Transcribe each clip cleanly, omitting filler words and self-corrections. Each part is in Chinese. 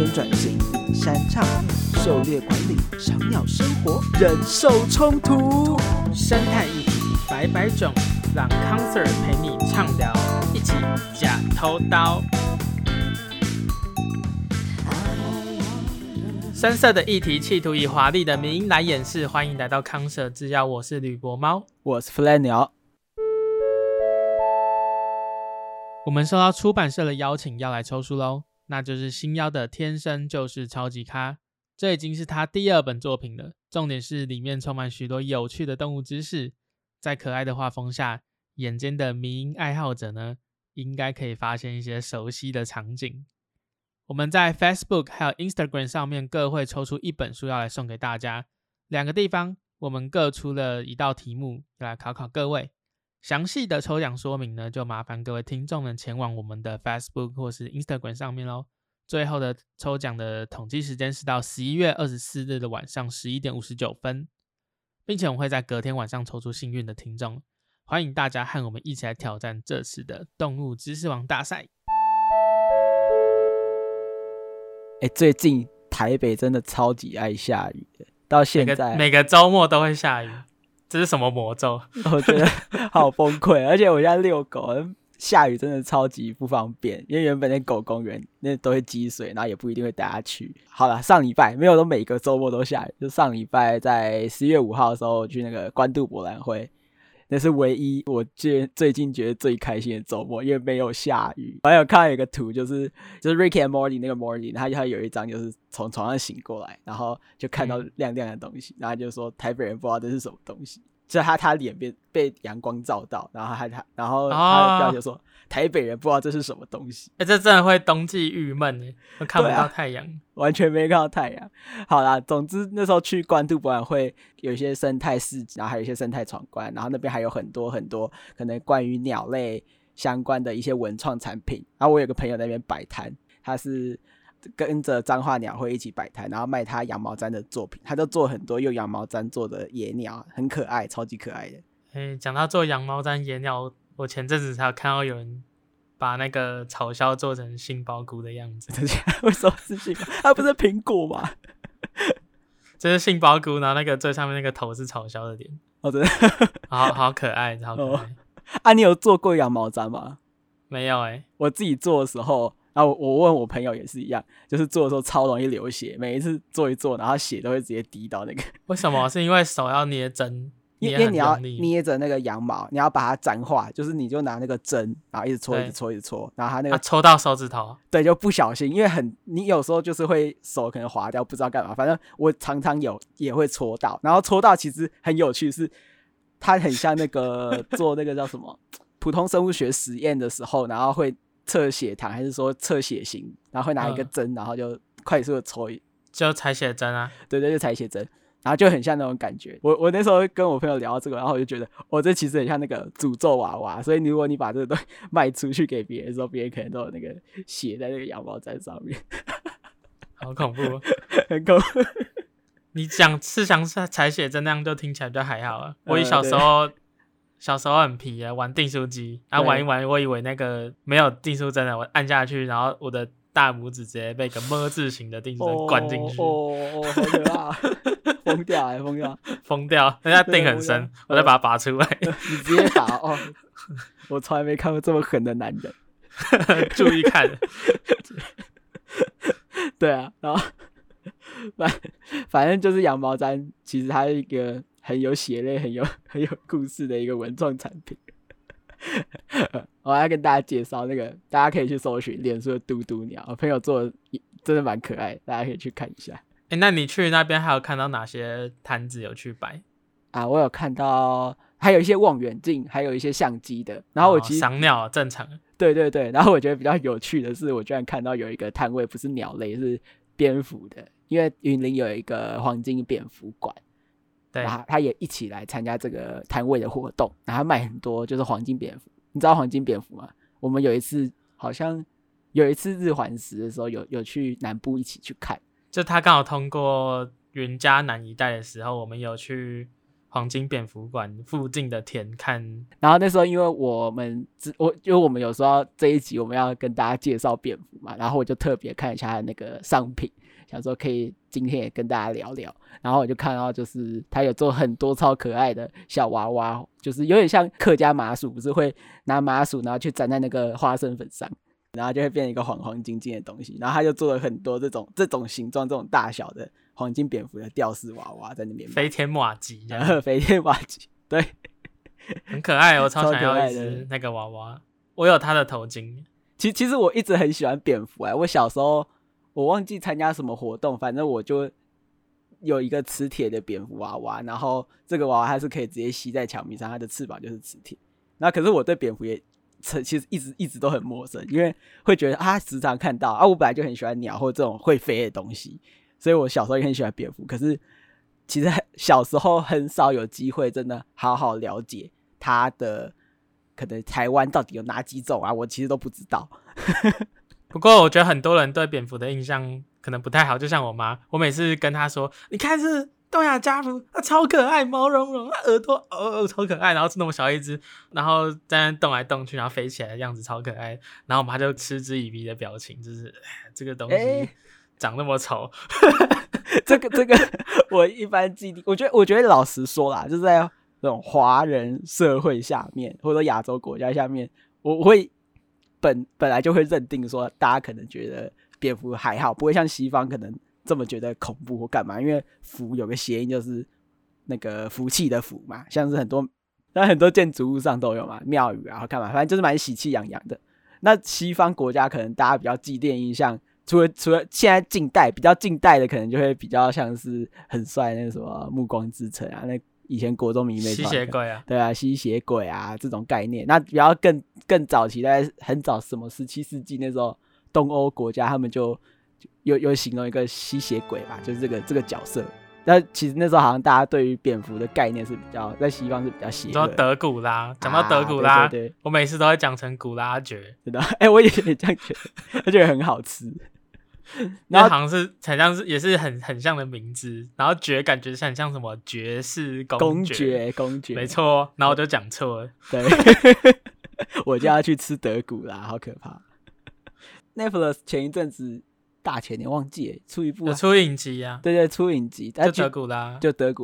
能源转型、林山倡议、狩猎管理、赏鸟生活、人兽冲突、 生态议题百百种，让康 Sir 陪你畅聊，一起假偷刀。深色的议题企图以华丽的名音来掩饰，欢迎来到康 Sir制药，我是吕博猫， 我是 Fly 鸟。 我们收到出版社的邀请要来抽书咯，那就是新邀的天生就是超级咖，这已经是他第2本作品了，重点是里面充满许多有趣的动物知识，在可爱的画风下，眼尖的迷因爱好者呢，应该可以发现一些熟悉的场景。我们在 Facebook 还有 Instagram 上面各会抽出1本书要来送给大家，2个地方我们各出了1道题目要来考考各位。详细的抽奖说明呢，就麻烦各位听众们前往我们的 Facebook 或是 Instagram 上面咯。最后的抽奖的统计时间是到11月24日的晚上11点59分，并且我们会在隔天晚上抽出幸运的听众。欢迎大家和我们一起来挑战这次的动物知识王大赛。 最近台北真的超级爱下雨的，到现在每个周末都会下雨，这是什么魔咒？ 我觉得好崩溃，而且我现在遛狗，下雨真的超级不方便，因为原本那狗公园那都会积水，然后也不一定会带它去。好啦，上礼拜没有都每个周末都下雨，就上礼拜在10月5号的时候去那个关渡博览会，那是唯一我最近觉得最开心的周末，因为没有下雨。我还有看到有一个图，就是 Rick and Morty 那个 Morty， 他有一张就是从床上醒过来，然后就看到亮亮的东西，然后就说台北人不知道这是什么东西，就他脸被阳光照到，然后他的标题就说、台北人不知道这是什么东西。 这真的会冬季郁闷耶，都看不到太阳、 完全没看到太阳。好啦，总之那时候去关渡博览会有一些生态市集，然后还有一些生态闯关，然后那边还有很多很多可能关于鸟类相关的一些文创产品。然后我有个朋友在那边摆摊，他是跟着彰化鸟会一起摆摊，然后卖他羊毛毡的作品，他就做很多用羊毛毡做的野鸟，很可爱，超级可爱的。 讲到做羊毛毡野鸟，我前阵子才有看到有人把那个草鸮做成杏鲍菇的样子。 为什么是杏鲍？它不是苹果吗？ 这是杏鲍菇，然后那个最上面那个头是草鸮的脸。 哦，真的， 好可爱，好可爱。 你有做过羊毛毡吗？ 没有我自己做的时候，然后我问我朋友也是一样，就是做的时候超容易流血，每一次做一做，然后血都会直接滴到那个。 为什么？是因为手要捏针？ 因为你要捏着那个羊毛，你要把它粘化，就是你就拿那个针，然后一直搓，一直搓，一直搓，然后它那个抽到手指头， 对，就不小心，因为你有时候就是会手可能滑掉，不知道干嘛，反正我常常也会搓到，然后搓到其实很有趣，是它很像那个做那个叫什么普通生物学实验的时候，然后会测血糖还是说测血型，然后会拿一个针，然后就快速的搓， 就采血针啊， 对，就采血针。然后就很像那种感觉，我那时候跟我朋友聊到这个，然后我就觉得，这其实很像那个诅咒娃娃，所以如果你把这个东西卖出去给别人的时候，别人可能都有那个血在那个羊毛毡上面， 好恐怖， 很恐怖。 你讲是像采血针那样，就听起来比较还好啊。我小时候很皮啊，玩订书机，玩一玩，我以为那个没有订书针的，我按下去，然后我的大拇指直接被一个么字形的订书针灌进去， 好可怕。疯掉， 人家钉很深，我再把它拔出来。 你直接拔哦！我从来没看过这么狠的男人。 注意看。 对啊，然后反正就是羊毛毡，其实它是一个很有血泪、很有故事的一个文创产品。我要跟大家介绍那个，大家可以去搜寻脸书的嘟嘟鸟，我朋友做的真的蛮可爱的，大家可以去看一下。 那你去那边还有看到哪些摊子有去摆啊？我有看到还有一些望远镜，还有一些相机的。然后我其实赏鸟正常。 对对对，然后我觉得比较有趣的是，我居然看到有一个摊位不是鸟类，是蝙蝠的，因为云林有一个黄金蝙蝠馆， 对， 然后他也一起来参加这个摊位的活动，然后卖很多就是黄金蝙蝠。你知道黄金蝙蝠吗？我们好像有一次日环食的时候有去南部一起去看。 就他刚好通过云嘉南一带的时候，我们有去黄金蝙蝠馆附近的田看。 然后那时候因为我们有时候这一集我们要跟大家介绍蝙蝠嘛，然后我就特别看一下它的那个商品，想说可以今天也跟大家聊聊。然后我就看到就是他有做很多超可爱的小娃娃，就是有点像客家麻薯，不是会拿麻薯然后去沾在那个花生粉上，然后就会变成一个黄黄金金的东西。然后他就做了很多这种形状、这种大小的黄金蝙蝠的吊饰娃娃在那边卖， 飞天马吉， 飞天马吉，对， 很可爱，我超想要一只那个娃娃。我有它的头巾。 其实我一直很喜欢蝙蝠我小时候我忘记参加什么活动，反正我就有一个磁铁的蝙蝠娃娃，然后这个娃娃它是可以直接吸在墙壁上，它的翅膀就是磁铁。那可是我对蝙蝠也其实一直都很陌生，因为会觉得时常看到我本来就很喜欢鸟或这种会飞的东西，所以我小时候也很喜欢蝙蝠。可是其实小时候很少有机会真的好好了解它的可能台湾到底有哪几种我其实都不知道。 不过我觉得很多人对蝙蝠的印象可能不太好，就像我妈，我每次跟她说你看是东亚家蝠，超可爱，毛茸茸，耳朵超可爱，然后是那么小一只，然后在那动来动去，然后飞起来的样子超可爱，然后我妈就嗤之以鼻的表情，就是这个东西长那么丑。 这个我一般既定，我觉得老实说啦，就是在这种华人社会下面，或者说亚洲国家下面，我会本来就会认定说，大家可能觉得蝙蝠还好，不会像西方可能这么觉得恐怖或干嘛。因为蝠有个谐音就是那个福气的福嘛，像是很多建筑物上都有嘛，庙宇干嘛，反正就是蛮喜气洋洋的。那西方国家可能大家比较既定印象，除了现在比较近代的，可能就会比较像是很帅那个什么暮光之城那以前国中迷妹吸血鬼对吸血鬼这种概念。那比较更早期，在很早什么17世纪那时候，东欧国家他们就有形容一个吸血鬼吧，就是这个角色。但其实那时候好像大家对于蝙蝠的概念是比较在西方是比较邪恶的。 你说德古拉，讲到德古拉， 对， 我每次都会讲成古拉爵， 真的，我也这样觉得，而且很好吃。 那好像是也是很像的名字，然后爵感觉很像什么爵士公爵，没错，然后我就讲错了。 对，我就要去吃德古拉，好可怕。Netflix 前一阵子大前年忘记出一部有出影集对，出影集就德古拉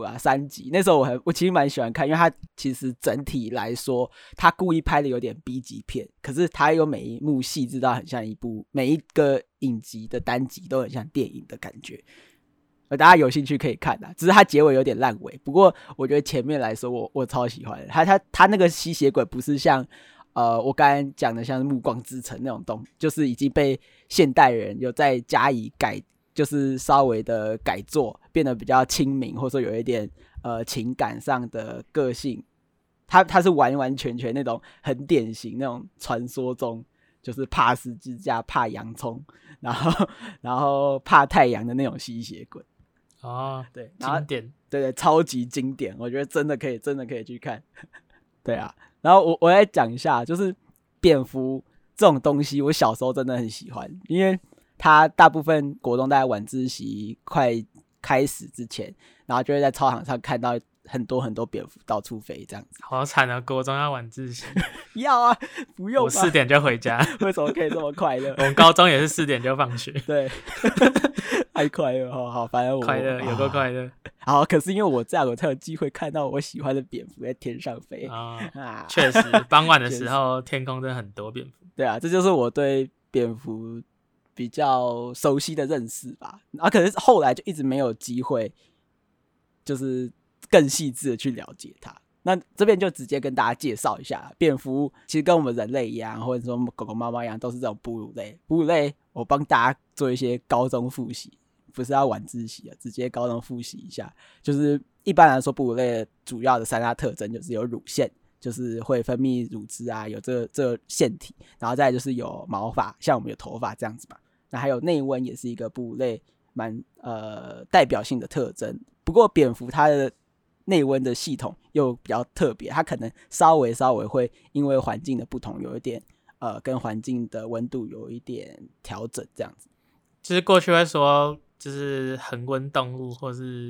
3集。那时候我其实蛮喜欢看，因为它其实整体来说，它故意拍的有点 B 级片，可是它有每一幕细致到很像每一个影集的单集都很像电影的感觉。大家有兴趣可以看只是它结尾有点烂尾。不过我觉得前面来说我超喜欢的。它那个吸血鬼不是像我刚才讲的像暮光之城那种东西，就是已经被现代人有在加以就是稍微的改作，变得比较亲民，或者说有一点情感上的个性。它是完完全全那种很典型那种传说中就是怕十字架、怕洋葱，然后怕太阳的那种吸血鬼。对， 经典， 对，超级经典，我觉得真的可以去看。对然后我来讲一下，就是蝙蝠这种东西，我小时候真的很喜欢，因为它大部分国中大概晚自习快开始之前，然后就会在操场上看到很多蝙蝠到处飞这样子。 好惨啊！国中要晚自习。 要不用吧， 我4点就回家。 为什么可以这么快乐？ 我们高中也是4点就放学。 对，太快乐好，反正快乐有够快乐。 好，可是因为我这样，我才有机会看到我喜欢的蝙蝠在天上飞确实，傍晚的时候天空真的很多蝙蝠。 对这就是我对蝙蝠比较熟悉的认识吧。可是后来就一直没有机会，就是更细致的去了解它。那这边就直接跟大家介绍一下，蝙蝠其实跟我们人类一样，或者说狗狗猫猫一样，都是这种哺乳类。哺乳类，我帮大家做一些高中复习，不是要晚自习直接高中复习一下。就是一般来说，哺乳类的主要的3大特征就是有乳腺，就是会分泌乳汁有这腺体，然后再来就是有毛发，像我们有头发这样子嘛。那还有内温也是一个哺乳类蛮代表性的特征。不过蝙蝠它的内温的系统又比较特别，它可能稍微会因为环境的不同，有一点跟环境的温度有一点调整这样子。 就是过去会说，就是恒温动物或是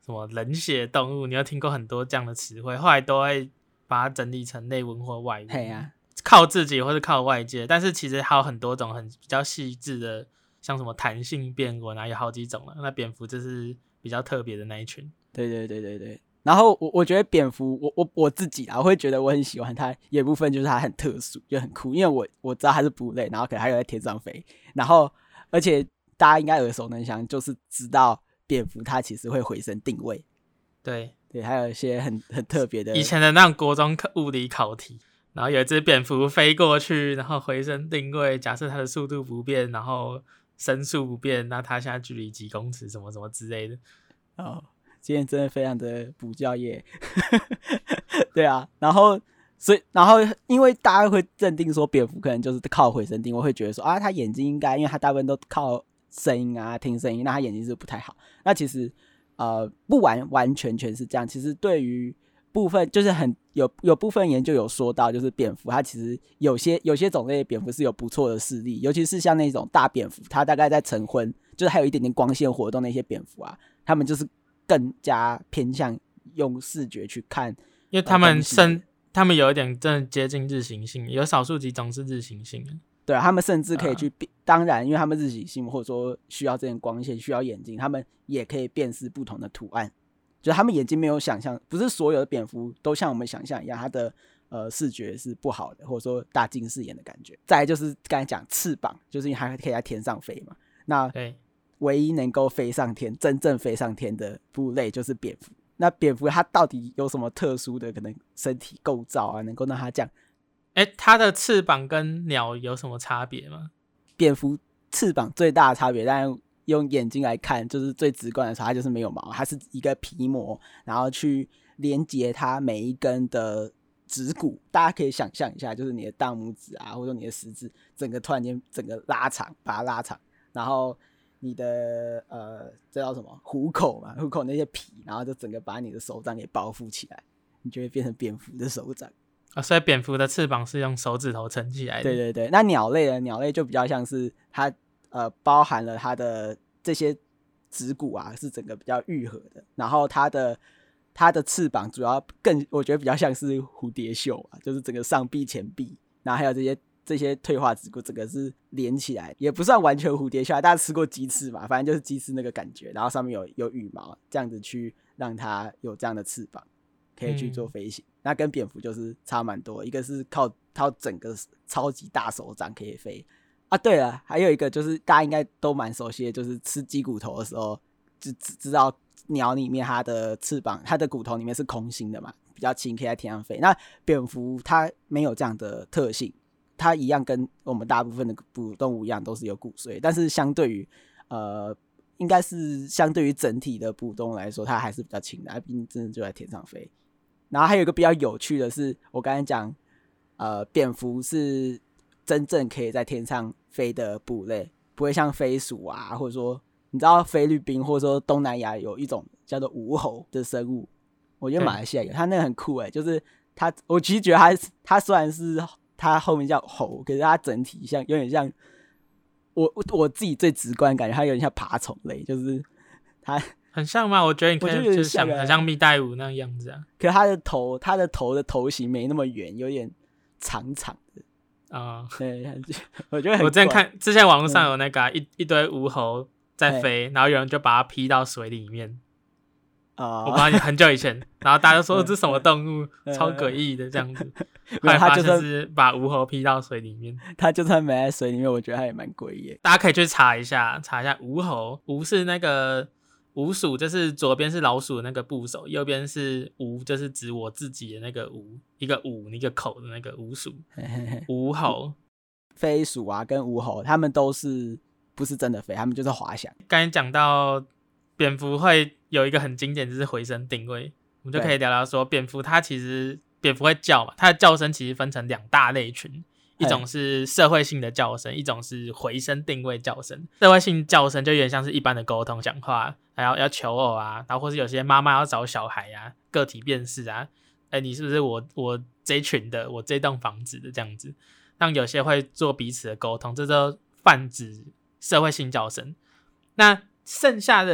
什么冷血动物，你有听过很多这样的词汇，后来都会把它整理成内文或外文。 嘿啊， 靠自己或是靠外界，但是其实还有很多种比较细致的，像什么弹性变文啊，有好几种了。那蝙蝠就是比较特别的那一群。 对。然后我觉得蝙蝠，我自己啊，我会觉得我很喜欢它，有一部分就是它很特殊，就很酷，因为我知道它是哺乳类，然后可能还有在天上飞，然后而且大家应该耳熟能详，就是知道蝙蝠它其实会回声定位。 对， 还有一些很特别的， 以前的那种国中物理考题，然后有一只蝙蝠飞过去，然后回声定位，假设它的速度不变，然后声速不变，那它现在距离几公尺，什么什么之类的。 哦，今天真的非常的补教业。对啊，然后因为大家会认定说蝙蝠可能就是靠回声定位，会觉得说啊，它眼睛应该，因为它大部分都靠声音啊，听声音，那它眼睛是不太好。那其实不完全是这样。其实对于部分就是有部分研究有说到，就是蝙蝠它其实有些种类的蝙蝠是有不错的视力，尤其是像那种大蝙蝠，它大概在晨昏，就是还有一点点光线活动那些蝙蝠啊，他们就是更加偏向用视觉去看， 因为他们有一点真的接近日行性，有少数几种是日行性的。 对啊，他们甚至可以去当然因为他们日行性或者说需要这点光线，需要眼睛，他们也可以辨识不同的图案，就是他们眼睛没有想象，不是所有的蝙蝠都像我们想象一样，它的视觉是不好的，或者说大近视眼的感觉。再来就是刚才讲翅膀，就是因为它可以在天上飞嘛，那唯一能够飞上天真正飞上天的哺乳类就是蝙蝠。那蝙蝠它到底有什么特殊的可能身体构造啊，能够让它这样？ 它的翅膀跟鸟有什么差别吗？ 蝙蝠翅膀最大的差别，当然用眼睛来看，就是最直观的时候，它就是没有毛，它是一个皮膜，然后去连接它每一根的指骨。大家可以想象一下，就是你的大拇指啊，或者说你的食指，整个突然间整个拉长，把它拉长，然后你的这叫什么虎口嘛，虎口那些皮，然后就整个把你的手掌给包覆起来，你就会变成蝙蝠的手掌。 所以蝙蝠的翅膀是用手指头撑起来的。 对，那鸟类就比较像是它包含了它的这些指骨啊，是整个比较愈合的，然后它的翅膀主要我觉得比较像是蝴蝶袖啊，就是整个上臂前臂，然后还有这些退化指骨，整个是连起来，也不算完全蝴蝶袖，大家吃过鸡翅嘛，反正就是鸡翅那个感觉，然后上面有羽毛，这样子去让它有这样的翅膀可以去做飞行。那跟蝙蝠就是差蛮多，一个是靠整个超级大手掌可以飞啊。对了，还有一个就是大家应该都蛮熟悉的，就是吃鸡骨头的时候就知道鸟里面它的翅膀，它的骨头里面是空心的嘛，比较轻，可以在天上飞。那蝙蝠它没有这样的特性，它一样跟我们大部分的哺乳动物一样都是有骨髓，但是相对于应该是相对于整体的哺乳动物来说，它还是比较轻的，它毕竟真的就在天上飞。然后还有一个比较有趣的是，我刚才讲，蝙蝠是真正可以在天上飞的哺乳类，不会像飞鼠啊，或者说你知道菲律宾或者说东南亚有一种叫做无猴的生物，我觉得马来西亚有，它那个很酷就是我其实觉得它虽然是它后面叫猴，可是它整体有点像我自己最直观感觉，它有点像爬虫类，就是它。 很像吗？我觉得你可以就想很像蜜袋鼯那样子啊。 可是它的头的头型没那么圆，有点长长的啊。 对，我觉得很。 我之前网络上有那个一堆无猴在飞，然后有人就把它劈到水里面。我不知道很久以前，然后大家都说这是什么动物，超诡异的这样子。后来发现是把无猴劈到水里面。 它就算没在水里面，我觉得它也蛮诡异。 大家可以去查一下无猴。无是那个。鼯鼠就是左边是老鼠的那个部首，右边是无，就是指我自己的那个无，一个五一个口的那个鼯鼠。无猴、 飞鼠啊跟无猴，他们都是不是真的飞，他们就是滑翔。 刚才讲到蝙蝠会有一个很经典，就是回声定位，我们就可以聊聊说蝙蝠会叫嘛，它的叫声其实分成两大类群。一种是社会性的叫声，一种是回声定位叫声。社会性叫声就有点像是一般的沟通讲话，还要求偶啊，然后或是有些妈妈要找小孩啊，个体辨识啊，你是不是我这一群的，我这栋房子的这样子，让有些会做彼此的沟通，这都泛指社会性叫声。那剩下的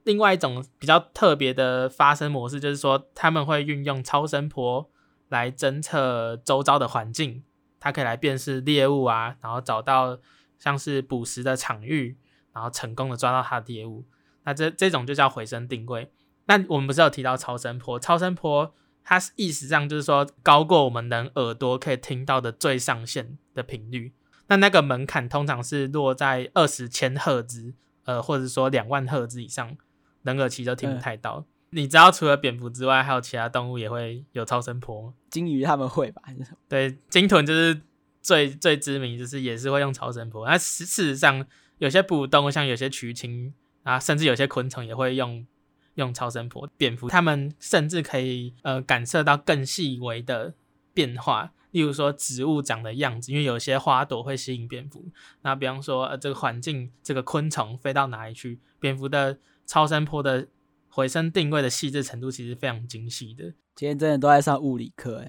另外一种比较特别的发声模式，就是说他们会运用超声波来侦测周遭的环境，它可以来辨识猎物啊，然后找到像是捕食的场域，然后成功的抓到它的猎物。那这种就叫回声定位。那我们不是有提到超声波？超声波它意思上就是说高过我们人耳朵可以听到的最上限的频率。那个门槛通常是落在20千赫兹，或者说2万赫兹以上，人耳其实都听不太到。你知道除了蝙蝠之外，还有其他动物也会有超声波吗？ 鲸鱼他们会吧？ 对，鲸豚就是最知名，就是也是会用超声波。那事实上，有些哺乳动物，像有些鼩鼱啊，甚至有些昆虫也会用超声波。蝙蝠它们甚至可以感受到更细微的变化，例如说植物长的样子，因为有些花朵会吸引蝙蝠。那比方说这个环境，这个昆虫飞到哪里去，蝙蝠的超声波的回声定位的细致程度其实非常精细的。 今天真的都在上物理课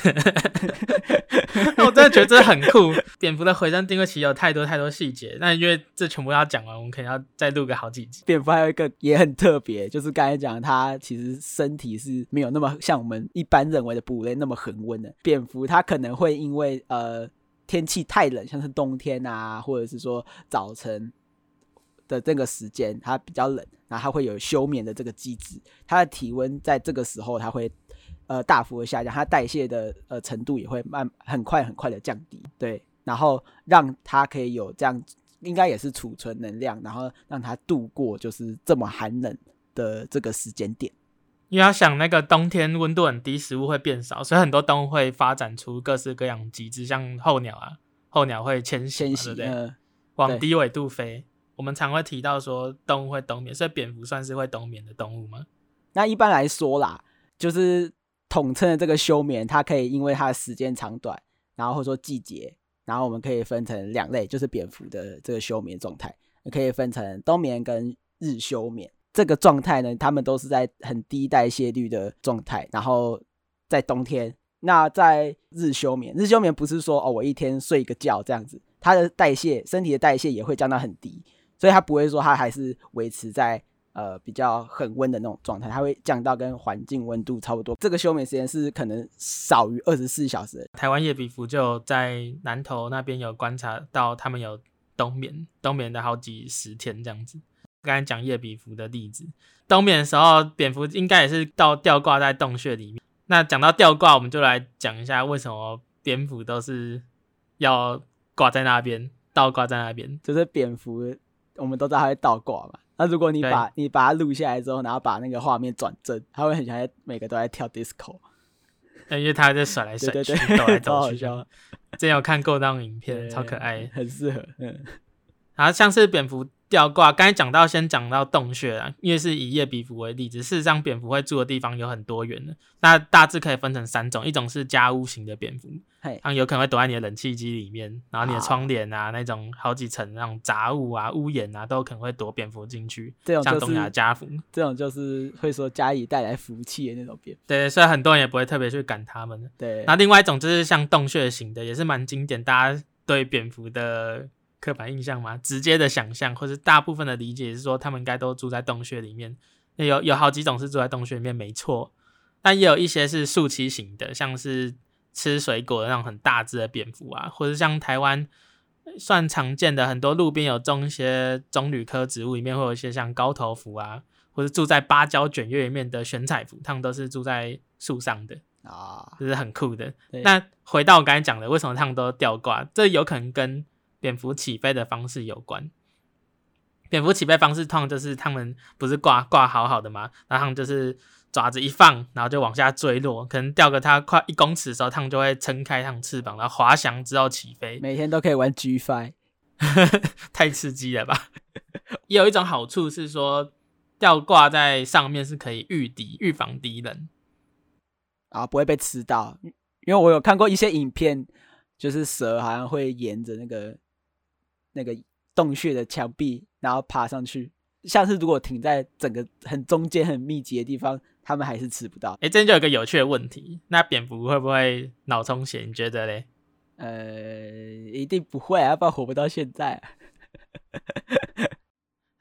我真的觉得这很酷。蝙蝠的回声定位其实有太多细节，那因为这全部要讲完，我们可能要再录个好几集。 蝙蝠还有一个也很特别，就是刚才讲它其实身体是没有那么像我们一般认为的哺乳类那么恒温的。蝙蝠它可能会因为天气太冷，像是冬天啊，或者是说早晨的这个时间它比较冷，然后它会有休眠的这个机制，它的体温在这个时候它会大幅的下降，它代谢的程度也会很快的降低，对，然后让它可以有这样，应该也是储存能量，然后让它度过就是这么寒冷的这个时间点。 因为要想那个冬天温度很低，食物会变少，所以很多动物会发展出各式各样机制，像候鸟啊，候鸟会迁徙，对不对？往低纬度飞。我们常会提到说动物会冬眠，所以蝙蝠算是会冬眠的动物吗？ 那一般来说啦，就是统称的这个休眠，它可以因为它的时间长短，然后或者说季节，然后我们可以分成2类，就是蝙蝠的这个休眠状态，可以分成冬眠跟日休眠。这个状态呢，它们都是在很低代谢率的状态，然后在冬天。那在日休眠不是说我一天睡一个觉这样子，它的身体的代谢也会降到很低，所以它不会说它还是维持在比较恒温的那种状态，它会降到跟环境温度差不多。这个休眠时间是可能少于24小时的。 台湾夜比蝠就在南投那边有观察到，他们有冬眠的好几十天这样子。刚才讲夜比蝠的例子，冬眠的时候，蝙蝠应该也是吊挂在洞穴里面。那讲到吊挂，我们就来讲一下为什么蝙蝠都是要挂在那边，倒挂在那边。 就是蝙蝠我们都知道它会倒挂嘛，那如果你把它录下来之后，然后把那个画面转正，它会很像每个都在跳 disco， 因为它在甩来甩去， 对抖来抖去。 超好笑， 之前有看过那种影片，超可爱， 很适合。 然后像是蝙蝠吊挂，刚才先讲到洞穴啦，因为是以夜比蝠为例子，事实上蝙蝠会住的地方有很多元的，那大致可以分成3种，一种是家屋型的蝙蝠，它有可能会躲在你的冷气机里面，然后你的窗帘啊那种好几层那种杂物啊屋檐啊都有可能会躲蝙蝠进去，像东亚家蝠， 这种就是会说家里带来福气的那种蝙蝠。 对，所以很多人也不会特别去赶它们。 对， 那另外一种就是像洞穴型的，也是蛮经典，大家对蝙蝠的刻板印象嘛，直接的想象或是大部分的理解是说他们应该都住在洞穴里面，有好几种是住在洞穴里面没错，但也有一些是树栖型的，像是吃水果的那种很大只的蝙蝠啊，或者像台湾算常见的很多路边有种一些棕榈科植物，里面会有一些像高头蝠啊，或者住在芭蕉卷叶里面的玄彩蝠，他们都是住在树上的这是很酷的。那回到我刚才讲的为什么他们都吊挂，这有可能跟蝙蝠起飞的方式有关。蝙蝠起飞方式通常就是他们不是挂好好的吗？然后他们就是爪子一放，然后就往下坠落，可能掉个它快1公尺的时候，他们就会撑开他们翅膀，然后滑翔之后起飞。 每天都可以玩 G5 太刺激了吧。也有一种好处是说吊挂在上面是可以预防敌人不会被吃到，因为我有看过一些影片，就是蛇好像会沿着那个洞穴的墙壁然后爬上去，像是如果停在整个很中间很密集的地方，他们还是吃不到。 这边就有一个有趣的问题，那蝙蝠会不会脑充血你觉得咧？ 一定不会要不然活不到现在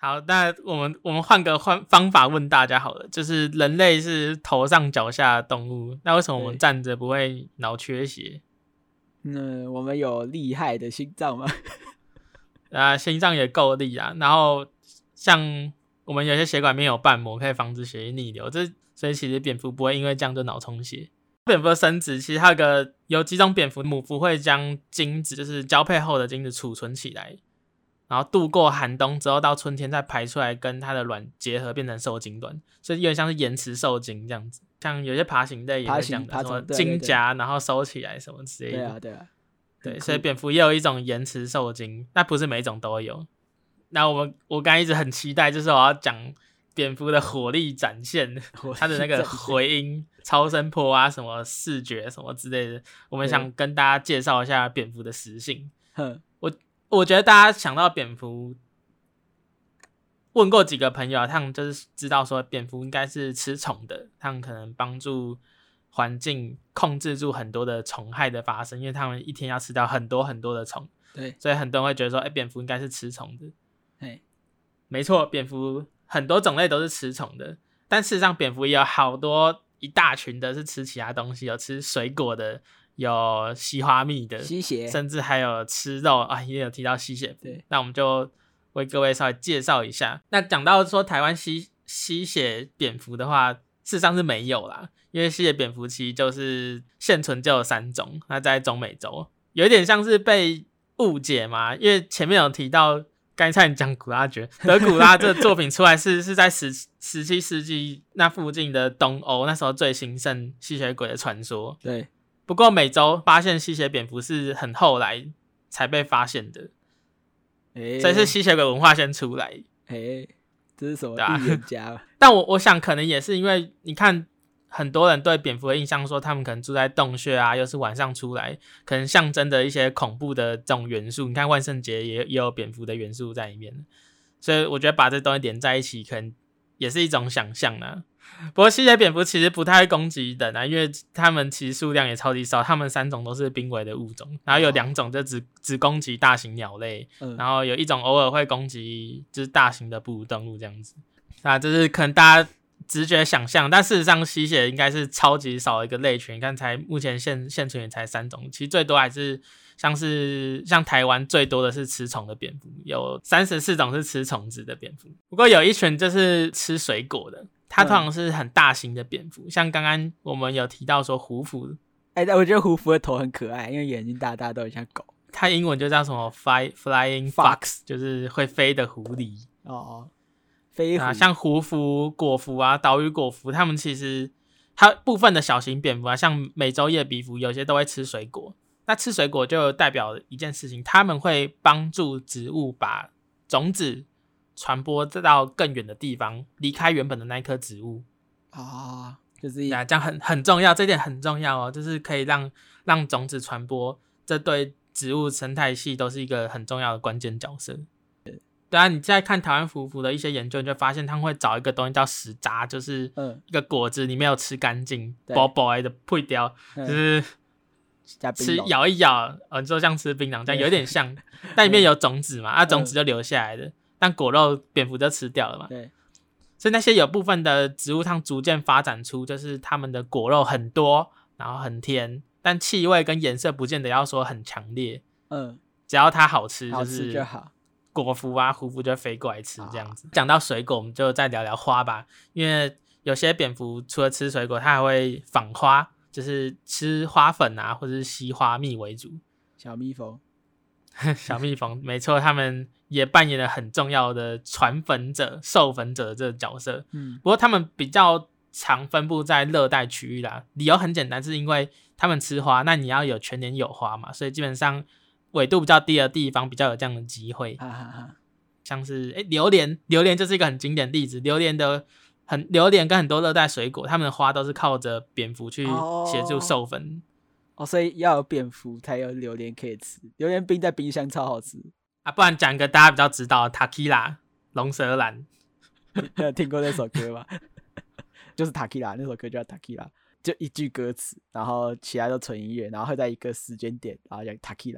好，那我们换个方法问大家好了，就是人类是头上脚下的动物，那为什么我们站着不会脑缺血？ 我们有厉害的心脏吗？ 心脏也够力啊，然后像我们有些血管面有瓣膜，可以防止血液逆流，所以其实蝙蝠不会因为这样就脑充血。蝙蝠的生殖其实它有几种蝙蝠，母蝠会将精子，就是交配后的精子储存起来，然后度过寒冬之后，到春天再排出来，跟它的卵结合变成受精卵，所以有点像是延迟受精这样子。像有些爬行类也会讲的，什么精夹然后收起来什么之类的。对，所以蝙蝠也有一种延迟受精，那不是每一种都有。那我刚才一直很期待，就是我要讲蝙蝠的火力展现，它的那个回音、超声波啊，什么视觉什么之类的，我们想跟大家介绍一下蝙蝠的食性。我觉得大家想到蝙蝠，问过几个朋友，他们就是知道说蝙蝠应该是吃虫的，他们可能帮助环境控制住很多的虫害的发生，因为他们一天要吃掉很多很多的虫， 对， 所以很多人会觉得说，蝙蝠应该是吃虫的。没错，蝙蝠很多种类都是吃虫的，但事实上蝙蝠也有好多一大群的是吃其他东西，有吃水果的，有吸花蜜的， 吸血， 甚至还有吃肉啊，也有提到吸血。 对， 那我们就为各位稍微介绍一下。那讲到说台湾吸血蝙蝠的话，事实上是没有啦，因为吸血蝙蝠其实就是现存就有3种，那在中美洲有一点像是被误解嘛，因为前面有提到。刚才你讲古拉爵，德古拉这个作品出来是在17世纪那附近的东欧，那时候最兴盛吸血鬼的传说。 对， 不过美洲发现吸血蝙蝠是很后来才被发现的，所以是吸血鬼文化先出来。 这是什么预言家吧？ 但我想可能也是因为你看。很多人对蝙蝠的印象说，他们可能住在洞穴啊，又是晚上出来，可能象征的一些恐怖的这种元素。你看万圣节也有蝙蝠的元素在里面，所以我觉得把这东西连在一起，可能也是一种想象啊。不过吸血蝙蝠其实不太会攻击人啊，因为他们其实数量也超级少，他们3种都是濒危的物种，然后有2种就只攻击大型鸟类，然后有1种偶尔会攻击就是大型的哺乳动物这样子。那这是可能大家直觉想象，但事实上吸血应该是超级少的一个类群，你看目前现存也才3种，其实最多还是像台湾最多的是吃虫的蝙蝠，有34种是吃虫子的蝙蝠，不过有一群就是吃水果的，它通常是很大型的蝙蝠，像刚刚我们有提到说胡蝠， 我觉得胡蝠的头很可爱，因为眼睛大大都很像狗， 它英文就叫什么 Flying Fox， 就是会飞的狐狸像胡蝠、果蝠啊、岛屿果蝠，它们其实它部分的小型蝙蝠啊，像美洲叶鼻蝠，有些都会吃水果。那吃水果就代表一件事情，它们会帮助植物把种子传播到更远的地方，离开原本的那一棵植物就是这样很重要，这点很重要哦，就是可以让种子传播，这对植物生态系都是一个很重要的关键角色。对啊，你在看台湾胡蝠的一些研究，你就发现他们会找一个东西叫石渣，就是一个果子你没有吃干净，薄薄的配掉，就是吃咬一咬，你说像吃槟榔这样有点像，但里面有种子嘛，种子就留下来的，但果肉蝙蝠就吃掉了嘛。 对， 所以那些有部分的植物，它逐渐发展出就是它们的果肉很多，然后很甜，但气味跟颜色不见得要说很强烈，只要它好吃，就是就好。 果蝠啊、胡蝠就会飞过来吃这样子。讲到水果，我们就再聊聊花吧，因为有些蝙蝠除了吃水果，它还会访花，就是吃花粉啊，或者是吸花蜜为主。 小蜜蜂， 小蜜蜂，没错，他们也扮演了很重要的传粉者、授粉者的这个角色。不过他们比较常分布在热带区域啦，理由很简单，是因为他们吃花，那你要有全年有花嘛，所以基本上纬度比较低的地方比较有这样的机会。像是榴莲就是一个很经典例子，榴莲跟很多热带水果，它们的花都是靠着蝙蝠去协助授粉。 所以要有蝙蝠才有榴莲可以吃，榴莲冰在冰箱超好吃啊！不然讲一个大家比较知道的 Tequila 龙舌兰， 有听过那首歌吗？就是 Tequila 那首歌叫 Tequila， 就一句歌词，然后其他都纯音乐，然后会在一个时间点，然后讲 Tequila。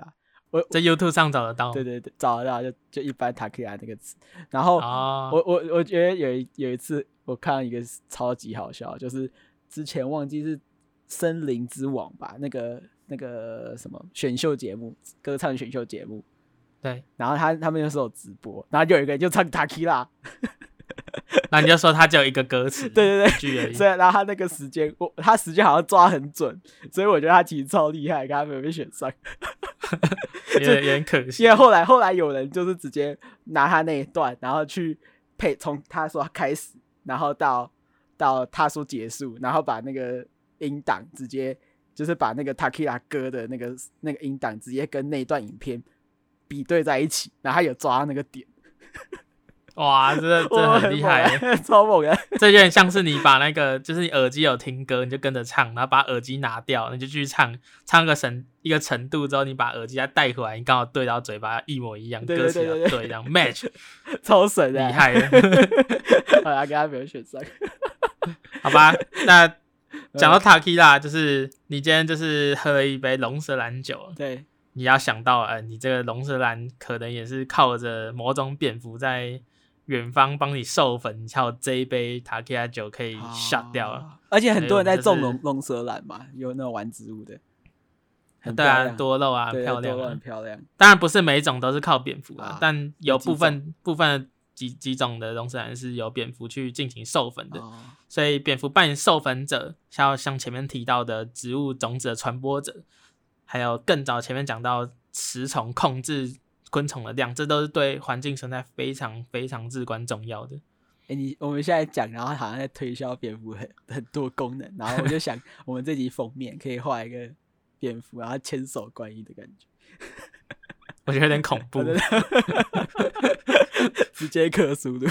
在 YouTube 上找得到。 对对对，找得到就一般 Takira 那个词。然后我觉得有一次我看到一个超级好笑，就是之前忘记是森林之王吧，那个什么选秀节目，歌唱选秀节目。 对， 然后他们那时候有直播，然后就有一个人就唱 Takira。 那你就说他只有一个歌词， 对对对， 所以然后他那个时间，他时间好像抓很准，所以我觉得他其实超厉害，他没有被选上， 有点可惜。 因为后来有人就是直接拿他那一段，然后去配从他说开始，然后到他说结束，然后把那个音档直接就是把那个 Takira 歌的那个音档直接跟那一段影片比对在一起，然后他有抓到那个点。 哇，这很厉害， 超猛的！ 这有点像是你把那个，就是你耳机有听歌，你就跟着唱，然后把耳机拿掉，你就继续唱一个程度之后，你把耳机再带回来，你刚好对到嘴巴一模一样，歌词要对，这样 match， 超神的， 厉害的。 好啦，给他没有选上， 好吧？那讲到 Takira， 就是你今天就是喝了一杯龙舌兰酒， 对， 你要想到，你这个龙舌兰可能也是靠着某种蝙蝠在远方帮你授粉，才有这一杯 Takira 酒可以 shut 掉了。 而且很多人在种龙舌兰嘛，有那种玩植物的， 对啊，多肉啊，漂亮啊，很漂亮。 当然不是每一种都是靠蝙蝠啊，但有部分的几种的龙舌兰是由蝙蝠去进行授粉的，所以蝙蝠扮演授粉者，像前面提到的植物种子的传播者，还有更早前面讲到雌虫控制昆虫的量，这都是对环境生态非常非常至关重要的。 我们现在讲，然后好像在推销蝙蝠很多功能，然后我就想，我们这集封面可以画一个蝙蝠，然后千手观音的感觉。 我觉得有点恐怖。 直接克苏鲁。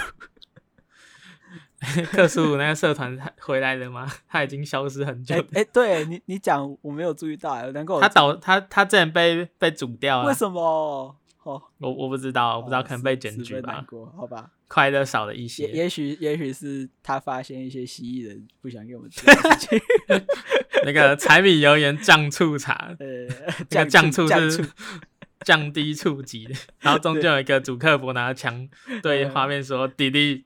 克苏鲁那个社团回来了吗？他已经消失很久。 对你讲我没有注意到，难怪他之前被煮掉了。 为什么？ 我不知道，可能被检举吧。 好吧， 快乐少了一些。 也许是他发现一些蜥蜴人不想给我们吃的事情。 那个柴米油盐酱醋茶，那个酱醋是降低触及的，然后中间有一个主客博拿着枪对画面说：“弟弟。”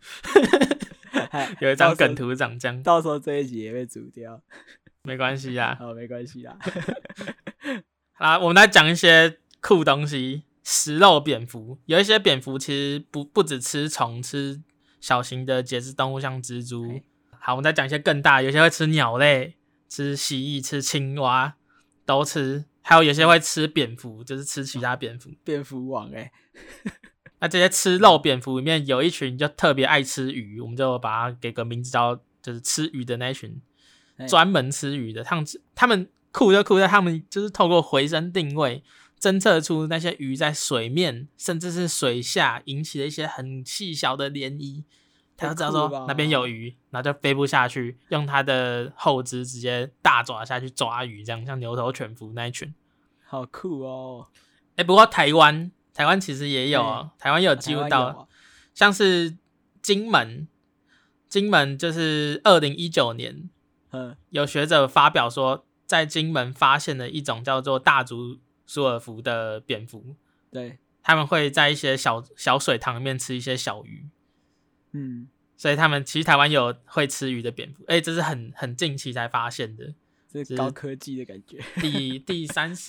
有一张梗图长这样， 到时候这一集也被煮掉， 没关系啦。 没关系啦。 好，我们来讲一些酷东西。食肉蝙蝠，有一些蝙蝠其实不只吃虫，吃小型的节肢动物，像蜘蛛。好，我们再讲一些更大，有些会吃鸟类，吃蜥蜴，吃青蛙，都吃。还有些会吃蝙蝠，就是吃其他蝙蝠。 蝙蝠王那这些吃肉蝙蝠里面有一群就特别爱吃鱼，我们就把它给个名字叫就是吃鱼的那一群，专门吃鱼的。他们酷就酷在他们就是透过回声定位，侦测出那些鱼在水面甚至是水下引起的一些很细小的涟漪，他就知道说那边有鱼，然后就飞不下去，用他的后肢直接大爪下去抓鱼，这样像牛头犬蝠那一群， 好酷哦。 不过台湾其实也有台湾也有记录到，像是金门就是2019年，有学者发表说，在金门发现了一种叫做大竹苏尔福的蝙蝠， 对， 他们会在一些小水塘里面吃一些小鱼，所以其实台湾有会吃鱼的蝙蝠，这是很近期才发现的， 这是高科技的感觉。 第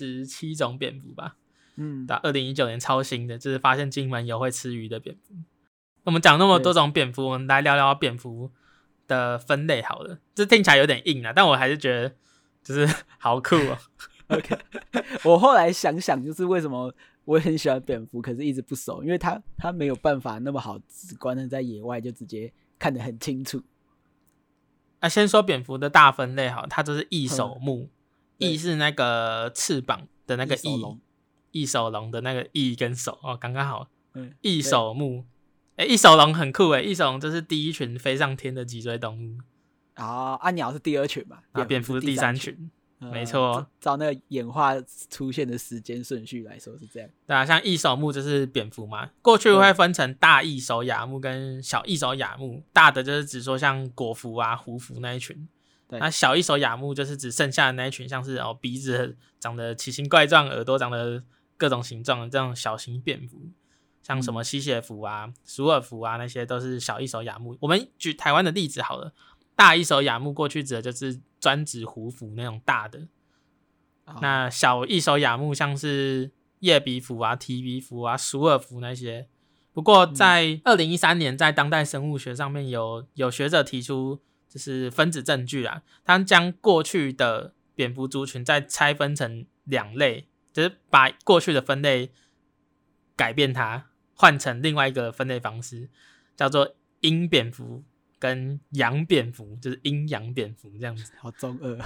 37种蝙蝠吧，到2019年超新的，就是发现金门有会吃鱼的蝙蝠。我们讲那么多种蝙蝠，我们来聊聊蝙蝠的分类好了。这听起来有点硬但我还是觉得就是好酷哦。 OK， 我后来想想，就是为什么我很喜欢蝙蝠，可是一直不熟，因为它没有办法那么好直观的在野外就直接看得很清楚。 先说蝙蝠的大分类好，它就是翼手目，翼是那个翅膀的那个翼，翼手龙的那个翼跟手刚刚好。翼手目，翼手龙很酷翼手龙就是第一群飞上天的脊椎动物。 鸟是第二群嘛， 蝙蝠是第三群。没错， 照那个演化出现的时间顺序来说是这样。 对啊，像翼手目就是蝙蝠嘛，过去会分成大翼手亚目跟小翼手亚目，大的就是指说像果蝠啊、狐蝠那一群，那小翼手亚目就是指剩下的那一群，像是鼻子长得奇形怪状、耳朵长得各种形状的这种小型蝙蝠，像什么吸血蝠啊、鼠耳蝠啊，那些都是小一手亚目。我们举台湾的例子好了，大一手亚目过去指的就是专指胡蝠那种大的，那小一手亚目像是叶鼻蝠啊、蹄鼻蝠啊、鼠耳蝠那些。不过在2013年，在当代生物学上面有学者提出就是分子证据啊，他将过去的蝙蝠族群再拆分成2类，就是把过去的分类改变它，换成另外一个分类方式，叫做阴蝙蝠跟阳蝙蝠，就是阴阳蝙蝠这样子。 好中二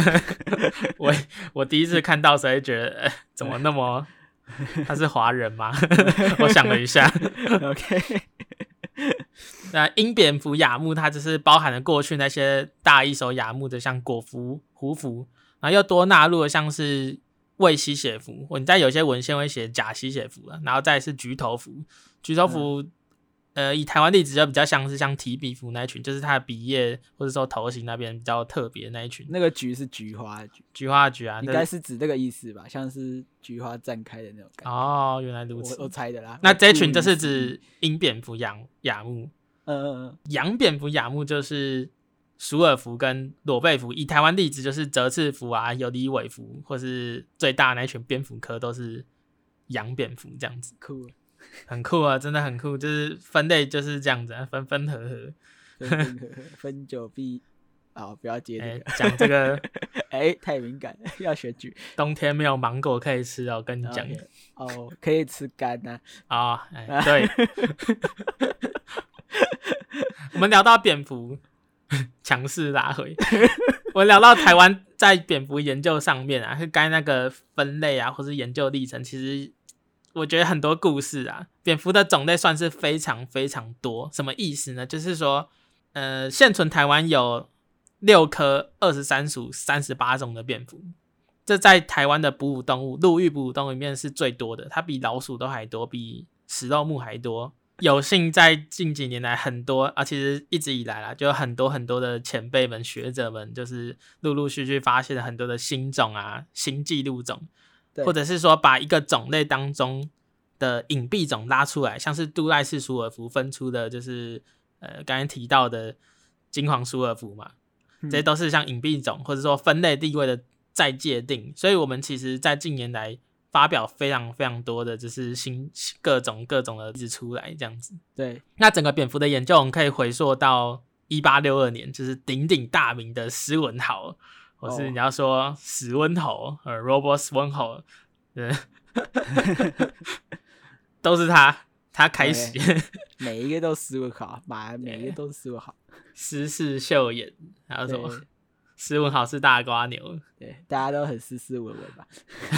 我第一次看到时候觉得，怎么那么他是华人吗？我想了一下 ，OK。 那阴蝙蝠亚目它就是包含了过去那些大一手亚目的，像果蝠、胡蝠，然后又多纳入了像是卫吸血蝠，你在有些文献会写假吸血蝠了，然后再是菊头蝠。菊头蝠以台湾例子就比较像是像蹄鼻蝠那一群，就是它的鼻叶或者说头型那边比较特别的那一群。 那个菊是菊花的菊， 菊花的菊啊， 应该是指这个意思吧，像是菊花绽开的那种感觉。 哦，原来如此， 我猜的啦。 那这一群就是指阴蝙蝠亚目，阳蝙蝠亚目就是鼠耳蝠跟裸背蝠。以台湾例子就是折翅蝠啊、有鳞尾蝠，或是最大的那一群蝙蝠科都是阳蝙蝠这样子。 酷， 很酷啊，真的很酷，就是分类就是这样子啊，分分合合， 分久必不要接这个， 讲这个太敏感了，要选举。 冬天没有芒果可以吃哦，跟你讲。 可以吃干呐。 对。我们聊到蝙蝠，强势拉回。我们聊到台湾在蝙蝠研究上面啊，是该那个分类啊，或是研究历程，其实我觉得很多故事啊。蝙蝠的种类算是非常非常多，什么意思呢？就是说，现存台湾有6科23属38种的蝙蝠，这在台湾的哺乳动物、陆域哺乳动物里面是最多的，它比老鼠都还多，比食肉目还多。有幸在近几年来很多其实一直以来啦，就有很多很多的前辈们、学者们，就是陆陆续续发现了很多的新种啊、新纪录种，或者是说把一个种类当中的隐蔽种拉出来，像是杜赖氏鼠耳蝠分出的就是刚才提到的金黄鼠耳蝠嘛，这些都是像隐蔽种或者说分类地位的再界定。所以我们其实在近年来发表非常非常多的就是新各种的例子出来这样子。 对， 那整个蝙蝠的研究我们可以回溯到1862年，就是鼎鼎大名的施文豪，或是你要说史温侯Robert Swanholt， 对都是他开始每一个都施文豪，每一个都是施文豪， 施氏秀眼，还有什么施文豪是大瓜牛， 对，大家都很斯斯文文吧。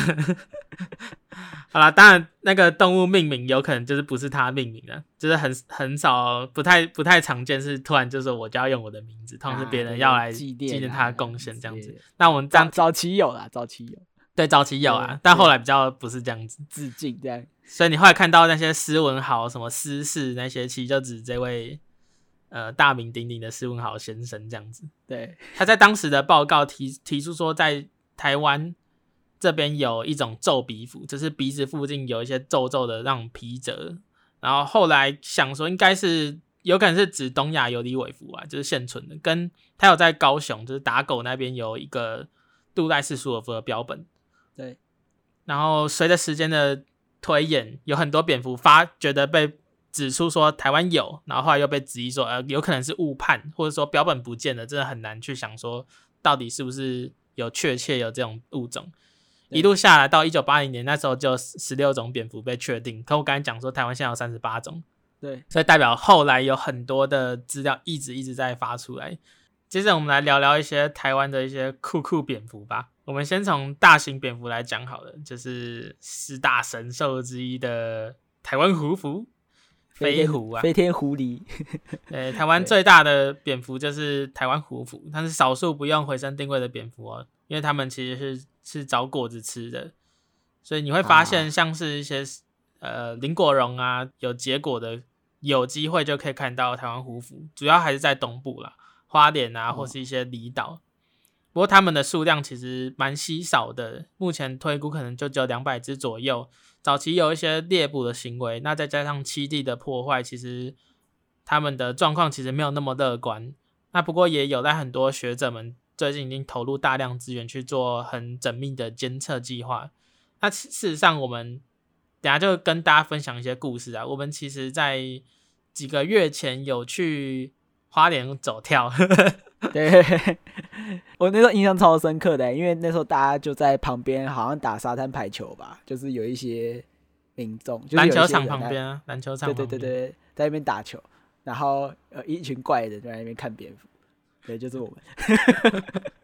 好啦，当然那个动物命名有可能就是不是他命名的，就是很少不太常见是突然就说我就要用我的名字，通常是别人要来纪念他的贡献这样子。那我们这样早期有啦， 对，早期有啊，但后来比较不是这样子， 致敬这样。 所以你后来看到那些施文豪、什么施氏那些，其实就指这位大名鼎鼎的施文豪先生这样子。 对， 他在当时的报告提出说，在台湾这边有一种皱鼻蝠，就是鼻子附近有一些皱皱的那种皮褶。然后后来想说，应该是有可能是指东亚有鳞尾蝠啊，就是现存的。跟他有在高雄，就是打狗那边有一个杜赖氏鼠耳蝠的标本。 对， 然后随着时间的推演，有很多蝙蝠觉得被指出说台湾有，然后后来又被质疑说有可能是误判，或者说标本不见了，真的很难去想说到底是不是有确切有这种物种。一路下来到1980年，那时候就16种蝙蝠被确定，可我刚才讲说台湾现在有38种， 对， 所以代表后来有很多的资料一直在发出来。接着我们来聊聊一些台湾的一些酷蝙蝠吧。我们先从大型蝙蝠来讲好了，就是10大神兽之一的台湾狐蝠飞狐啊， 飞天狐狸。 台湾最大的蝙蝠就是台湾狐蝠，它是少数不用回声定位的蝙蝠哦，因为它们其实是找果子吃的，所以你会发现像是一些林果榕啊有结果的，有机会就可以看到台湾狐蝠，主要还是在东部啦，花莲啊或是一些离岛。 不过它们的数量其实蛮稀少的，目前推估可能就只有200只左右。早期有一些猎捕的行为，那再加上栖地的破坏，其实他们的状况其实没有那么乐观。那不过也有在很多学者们最近已经投入大量资源去做很缜密的监测计划。那事实上我们等一下就跟大家分享一些故事啊。我们其实在几个月前有去花莲走跳对，我那时候印象超深刻的，因为那时候大家就在旁边好像打沙滩排球吧，就是有一些民众，就是篮球场旁边啊，篮球场旁边， 对，在那边打球，然后一群怪人就在那边看蝙蝠，对，就是我们，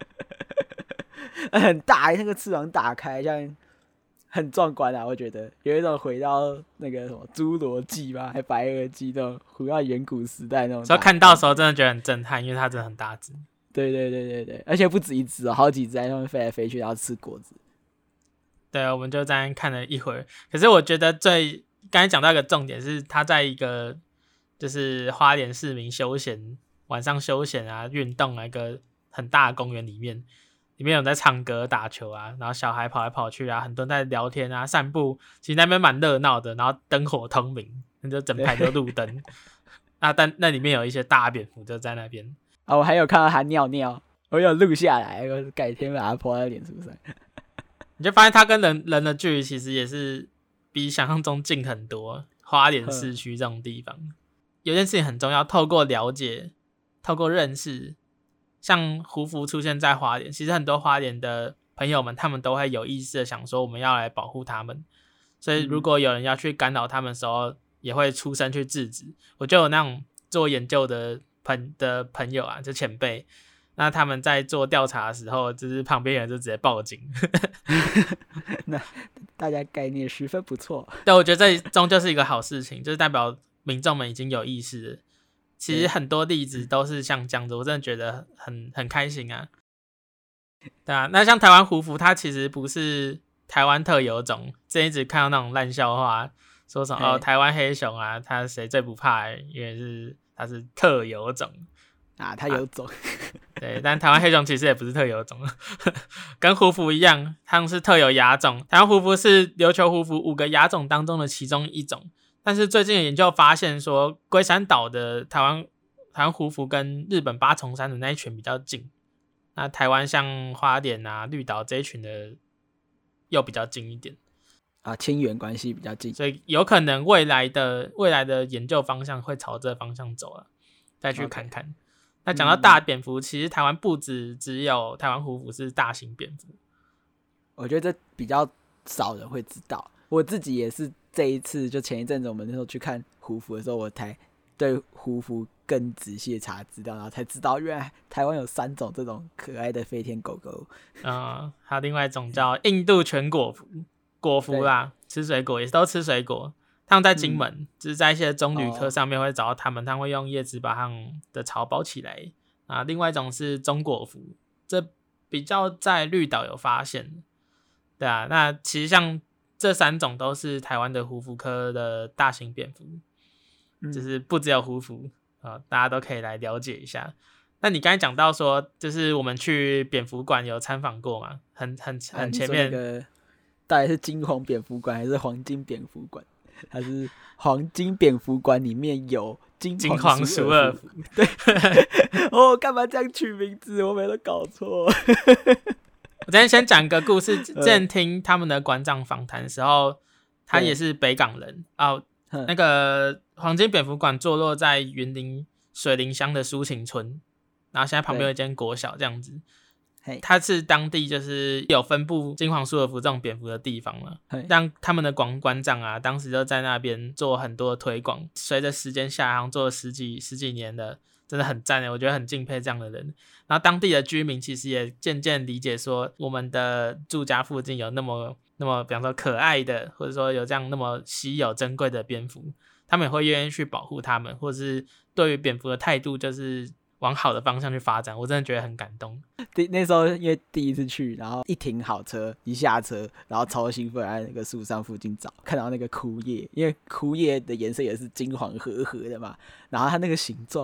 很大，那个翅膀打开，像很壮观啊！我觉得有一种回到那个什么侏罗纪吧，还白垩纪那种回到远古时代那种。 所以看到的时候真的觉得很震撼，因为它真的很大只。 对，而且不止一只哦，好几只在那边飞来飞去，然后吃果子。 对，我们就在那边看了一会儿。可是我觉得刚才讲到一个重点是，它在一个就是花莲市民晚上休闲啊、运动啊一个很大的公园里面有人在唱歌、打球啊，然后小孩跑来跑去啊，很多人在聊天啊、散步，其实那边蛮热闹的。然后灯火通明，就整排都路灯。但那里面有一些大蝙蝠就在那边。 我还有看到它尿尿，我有录下来，我改天把它po在脸书上。 你就发现它跟人的距离其实也是比想象中近很多。花莲市区这种地方，有件事情很重要，透过了解、透过认识，像胡福出现在花莲，其实很多花莲的朋友们，他们都会有意识的想说，我们要来保护他们。所以如果有人要去干扰他们的时候，也会出声去制止。我就有那种做研究的朋友啊，就前辈。那他们在做调查的时候，就是旁边人就直接报警。 那大家概念十分不错。 对，我觉得这终究是一个好事情，就是代表民众们已经有意识了。其实很多例子都是像这样子，我真的觉得很开心啊。对啊，那像台湾胡蝠，它其实不是台湾特有种，之前一直看到那种烂笑话，说什么台湾黑熊啊，它谁最不怕，因为它是特有种。 它有种。 对，但台湾黑熊其实也不是特有种，跟胡蝠一样，它们是特有亚种。台湾胡蝠是琉球胡蝠5个亚种当中的其中一种，但是最近的研究发现说，龟山岛的台湾胡蝠跟日本八重山的那一群比较近，那台湾像花莲啊、绿岛这一群的又比较近一点亲缘关系比较近， 所以有可能未来的研究方向会朝这个方向走了，再去看看。那讲到大蝙蝠，其实台湾不只有台湾胡蝠是大型蝙蝠， 我觉得这比较少人会知道。我自己也是这一次，就前一阵子我们那时候去看胡蝠的时候，我才对胡蝠更仔细的查资料，然后才知道原来台湾有3种这种可爱的飞天狗狗。 还有另外一种叫印度全果蝠啦，吃水果也是都吃水果。他们在金门，就是在一些棕榈科上面会找到他们，他们会用叶子把他们的巢包起来啊。另外一种是中果蝠，这比较在绿岛有发现。对啊，那其实像这3种都是台湾的胡蝠科的大型蝙蝠，就是不只有胡蝠大家都可以来了解一下。那你刚才讲到说，就是我们去蝙蝠馆有参访过嘛？很前面， 那个到底是金黄蝙蝠馆还是黄金蝙蝠馆？它是黄金蝙蝠馆里面有金黄鼠耳蝠。对，干嘛这样取名字？我每次都搞错。 我今天先讲一个故事。之前听他们的馆长访谈的时候，他也是北港人那个黄金蝙蝠馆坐落在云林水林乡的抒情村，然后现在旁边有一间国小这样子。它是当地就是有分布金黄鼠耳蝠这种蝙蝠的地方了，让他们的馆长啊，当时就在那边做很多的推广。随着时间下来，做了十几年了，真的很赞耶，我觉得很敬佩这样的人。然后当地的居民其实也渐渐理解说，我们的住家附近有那么比方说可爱的，或者说有这样那么稀有珍贵的蝙蝠，他们也会愿意去保护他们，或者是对于蝙蝠的态度就是往好的方向去发展。我真的觉得很感动。 那时候因为第一次去，然后一停好车，一下车，然后超兴奋，在那个树上附近找，看到那个枯叶，因为枯叶的颜色也是金黄褐褐的嘛，然后它那个形状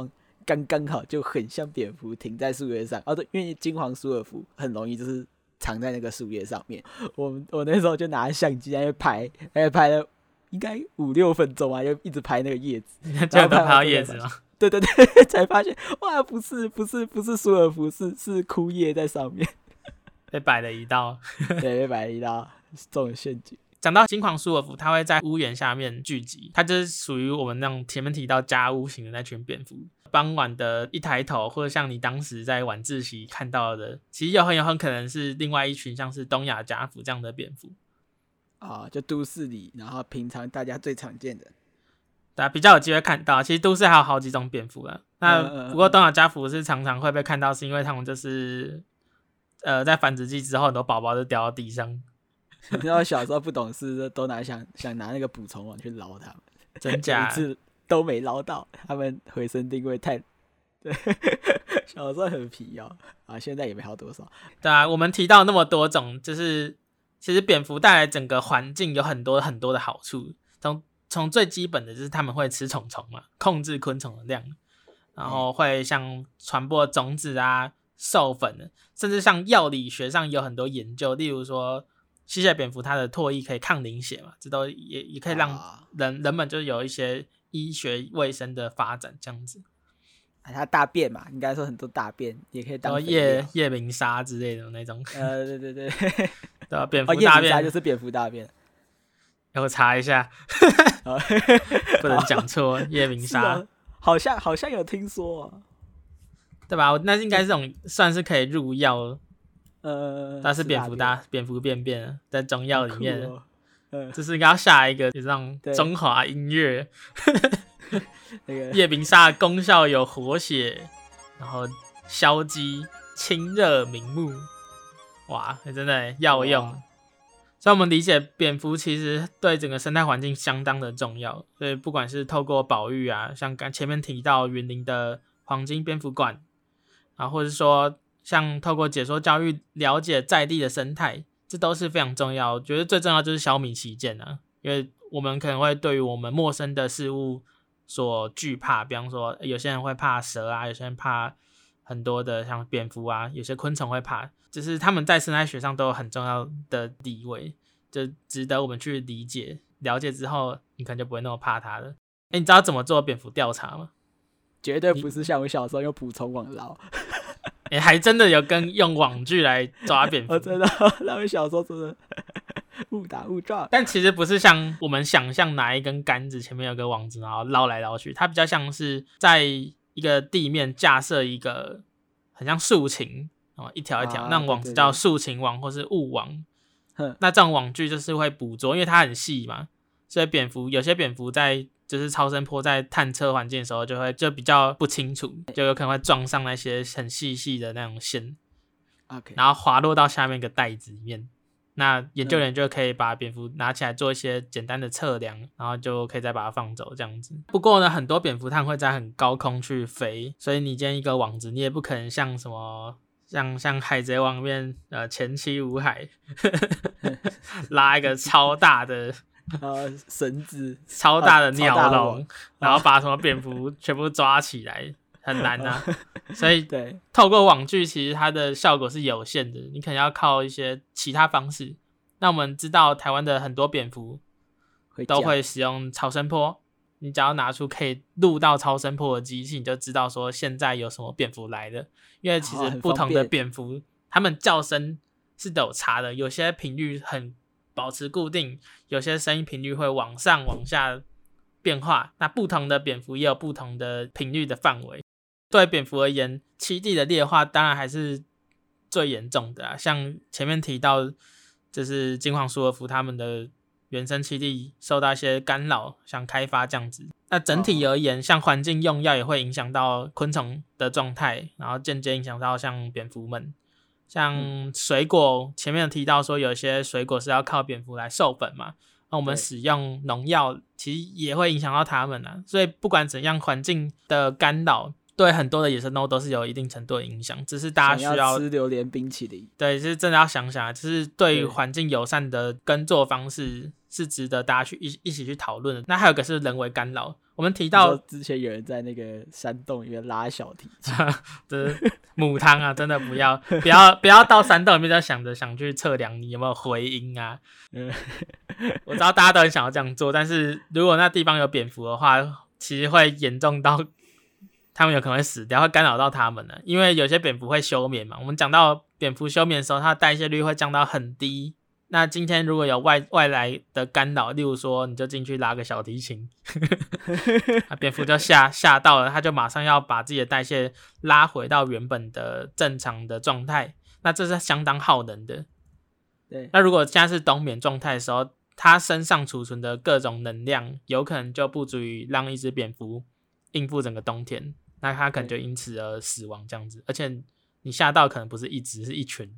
刚刚好就很像蝙蝠停在树叶上。对，因为金黄苏尔福很容易就是藏在那个树叶上面。我那时候就拿相机在那拍，拍了应该5-6分钟啊，就一直拍那个叶子， 就都拍到叶子吗？ 对，才发现哇，不是苏尔福，是枯叶在上面， 被摆了一道， 对，被摆了一道中了陷阱。 讲到金黄苏尔福，它会在屋檐下面聚集，它就是属于我们那种前面提到家屋型的那群蝙蝠。傍晚的一抬头，或者像你当时在晚自习看到的，其实很可能是另外一群像是东亚家蝠这样的蝙蝠就都市里，然后平常大家最常见的。 对，比较有机会看到。其实都市还有好几种蝙蝠啦。那不过东亚家蝠是常常会被看到，是因为他们就是在繁殖季之后，很多宝宝就掉到地上。 你知道小时候不懂事，都想拿那个捕虫网去捞它们， 真假？ 每次都没捞到，他们回声定位太，对，小时候很皮现在也没好多少。 对啊，我们提到那么多种，就是其实蝙蝠带来整个环境有很多很多的好处。从最基本的就是他们会吃虫虫嘛，控制昆虫的量，然后会像传播种子啊、授粉，甚至像药理学上有很多研究，例如说吸血蝙蝠它的唾液可以抗凝血嘛，这都也可以让人们就有一些医学卫生的发展这样子。 它大便嘛，应该说很多大便也可以当肥料， 夜明砂之类的那种。 对， 对啊，蝙蝠大便， 夜明砂就是蝙蝠大便。 我查一下，不能讲错。夜明砂、 好像有听说对吧？那应该是这种算是可以入药，但是蝙蝠便便在中药里面，这是应该要下一个这种中华音乐。 那个夜明砂的功效有活血，然后消积、清热明目，哇，真的药用。所以我们理解蝙蝠其实对整个生态环境相当的重要，所以不管是透过保育啊，像前面提到云林的黄金蝙蝠馆啊，或者说像透过解说教育了解在地的生态，这都是非常重要。我觉得最重要就是消弭歧见啊，因为我们可能会对于我们陌生的事物所惧怕，比方说有些人会怕蛇啊，有些人怕很多的像蝙蝠啊，有些昆虫会怕，就是他们在生态学上都有很重要的地位，就值得我们去理解了解之后，你可能就不会那么怕它了。你知道怎么做蝙蝠调查吗？ 绝对不是像我小时候用捕虫网捞。 还真的有跟用网具来抓蝙蝠。 真的，他们小时候真的误打误撞。 但其实不是像我们想象拿一根杆子前面有个网子然后捞来捞去，它比较像是在一个地面架设一个很像竖琴，一条一条，那种网子叫竖琴网或是雾网。那这种网具就是会捕捉，因为它很细嘛，所以有些蝙蝠在就是超声波在探测环境的时候就比较不清楚，就有可能会撞上那些很细的那种线，然后滑落到下面一个袋子里面。那研究员就可以把蝙蝠拿起来做一些简单的测量，然后就可以再把它放走这样子。不过呢，很多蝙蝠它会在很高空去飞，所以你建一个网子，你也不可能像什么像海贼王里面前期无海拉一个超大的绳子， 超大的鸟笼，然后把什么蝙蝠全部抓起来，很难啊。所以透过网具其实它的效果是有限的，你可能要靠一些其他方式。那我们知道台湾的很多蝙蝠都会使用超声波，你只要拿出可以录到超声波的机器，你就知道说现在有什么蝙蝠来了。因为其实不同的蝙蝠它们叫声是都有差的，有些频率很保持固定，有些声音频率会往上往下变化，那不同的蝙蝠也有不同的频率的范围。对蝙蝠而言，栖地的劣化当然还是最严重的啊，像前面提到就是金黄苏尔福他们的原生栖地受到一些干扰，像开发这样子。那整体而言，像环境用药也会影响到昆虫的状态，然后间接影响到像蝙蝠们。像水果，前面有提到说有些水果是要靠蝙蝠来授粉嘛，那我们使用农药其实也会影响到它们啊。所以不管怎样，环境的干扰对很多的野生动物都是有一定程度的影响，只是大家需要吃榴莲冰淇淋。 对，就是真的要想想，就是对环境友善的耕作方式是值得大家去一起去讨论的。那还有一个是人为干扰，我们提到之前有人在那个山洞里面拉小提琴， 这母汤啊，真的不要到山洞里面就想去测量你有没有回音啊。我知道大家都很想要这样做，但是如果那地方有蝙蝠的话，其实会严重到他们有可能会死掉，会干扰到他们的。因为有些蝙蝠会休眠嘛，我们讲到蝙蝠休眠的时候，它的代谢率会降到很低。那今天如果有外来的干扰，例如说你就进去拉个小提琴，蝙蝠就吓到了，它就马上要把自己的代谢拉回到原本的正常的状态，那这是相当耗能的。 对， 那如果现在是冬眠状态的时候，它身上储存的各种能量有可能就不足以让一只蝙蝠应付整个冬天，那它可能就因此而死亡这样子。而且你吓到可能不是一只，是一群。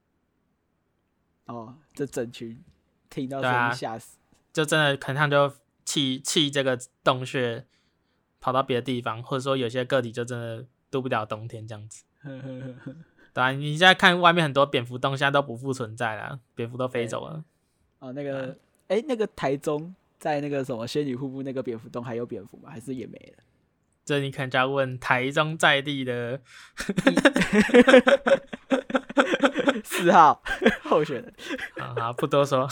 哦，这整群听到声音吓死， 就真的可能他们就弃这个洞穴，跑到别的地方，或者说有些个体就真的度不了冬天这样子。对啊，你现在看外面很多蝙蝠洞，现在都不复存在了，蝙蝠都飞走了。 哦，那个台中在那个什么仙女瀑布那个蝙蝠洞还有蝙蝠吗？还是也没了？ 这你可能就要问台中在地的 4号候选人。 好，不多说。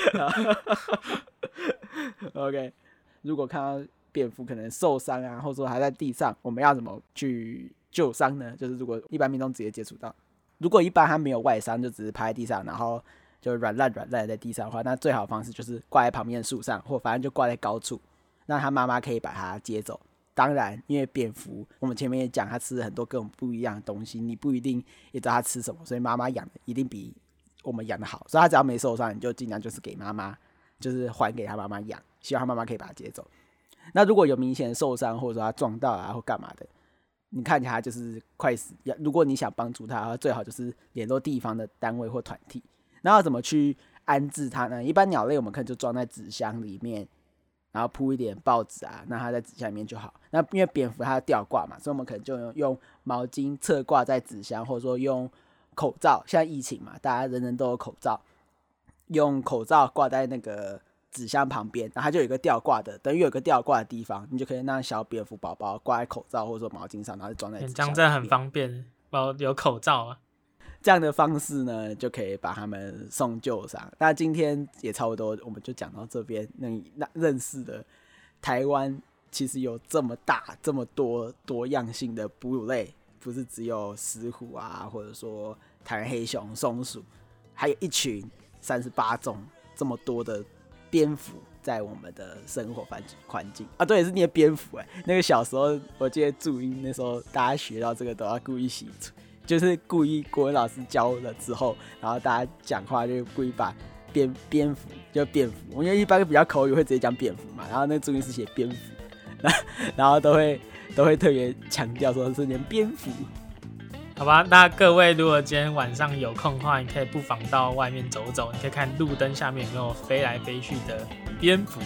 OK， 如果看到蝙蝠可能受伤啊，或者说还在地上，我们要怎么去救伤呢？就是如果一般民众直接接触到，如果一般他没有外伤，就只是趴在地上，然后就软烂在地上的话，那最好的方式就是挂在旁边的树上，或反正就挂在高处，让他妈妈可以把它接走。当然，因为蝙蝠，我们前面也讲，它吃了很多各种不一样的东西，你不一定也知道它吃什么，所以妈妈养的一定比我们养的好。所以它只要没受伤，你就尽量就是给妈妈，就是还给他妈妈养，希望他妈妈可以把它接走。那如果有明显受伤，或者说它撞到啊或干嘛的，你看起来它就是快死，如果你想帮助它，最好就是联络地方的单位或团体。那要怎么去安置它呢？一般鸟类我们可能就装在纸箱里面，然后铺一点报纸啊，那它在纸箱里面就好。那因为蝙蝠它吊挂嘛，所以我们可能就用毛巾侧挂在纸箱，或者说用口罩。现在疫情嘛，大家人人都有口罩，用口罩挂在那个纸箱旁边，然后它就有一个吊挂的，等于有一个吊挂的地方，你就可以让小蝙蝠宝宝挂在口罩或者说毛巾上，然后就装在纸箱。 这样真的很方便，有口罩啊。 这样的方式呢，就可以把他们送救伤。那今天也差不多，我们就讲到这边。那认识的台湾其实有这么大、这么多样性的哺乳类，不是只有石虎啊，或者说台湾黑熊、松鼠，还有一群38种这么多的蝙蝠在我们的生活环境啊。对，是念蝙蝠那个小时候我记得注音，那时候大家学到这个都要故意写出。就是故意国文老师教了之后，然后大家讲话就故意把蝙蝠就蝙蝠，因为一般比较口语会直接讲蝙蝠嘛，然后那个注音是写蝙蝠，然后都会特别强调说是念蝙蝠。 好吧，那各位如果今天晚上有空的话，你可以不妨到外面走走，你可以看路灯下面有没有飞来飞去的蝙蝠。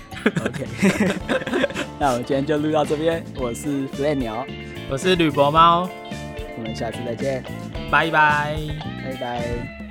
OK， 那我们今天就录到这边，我是 Fly 鸟， 我是吕博猫。 我们下次再见， 拜拜， 拜拜。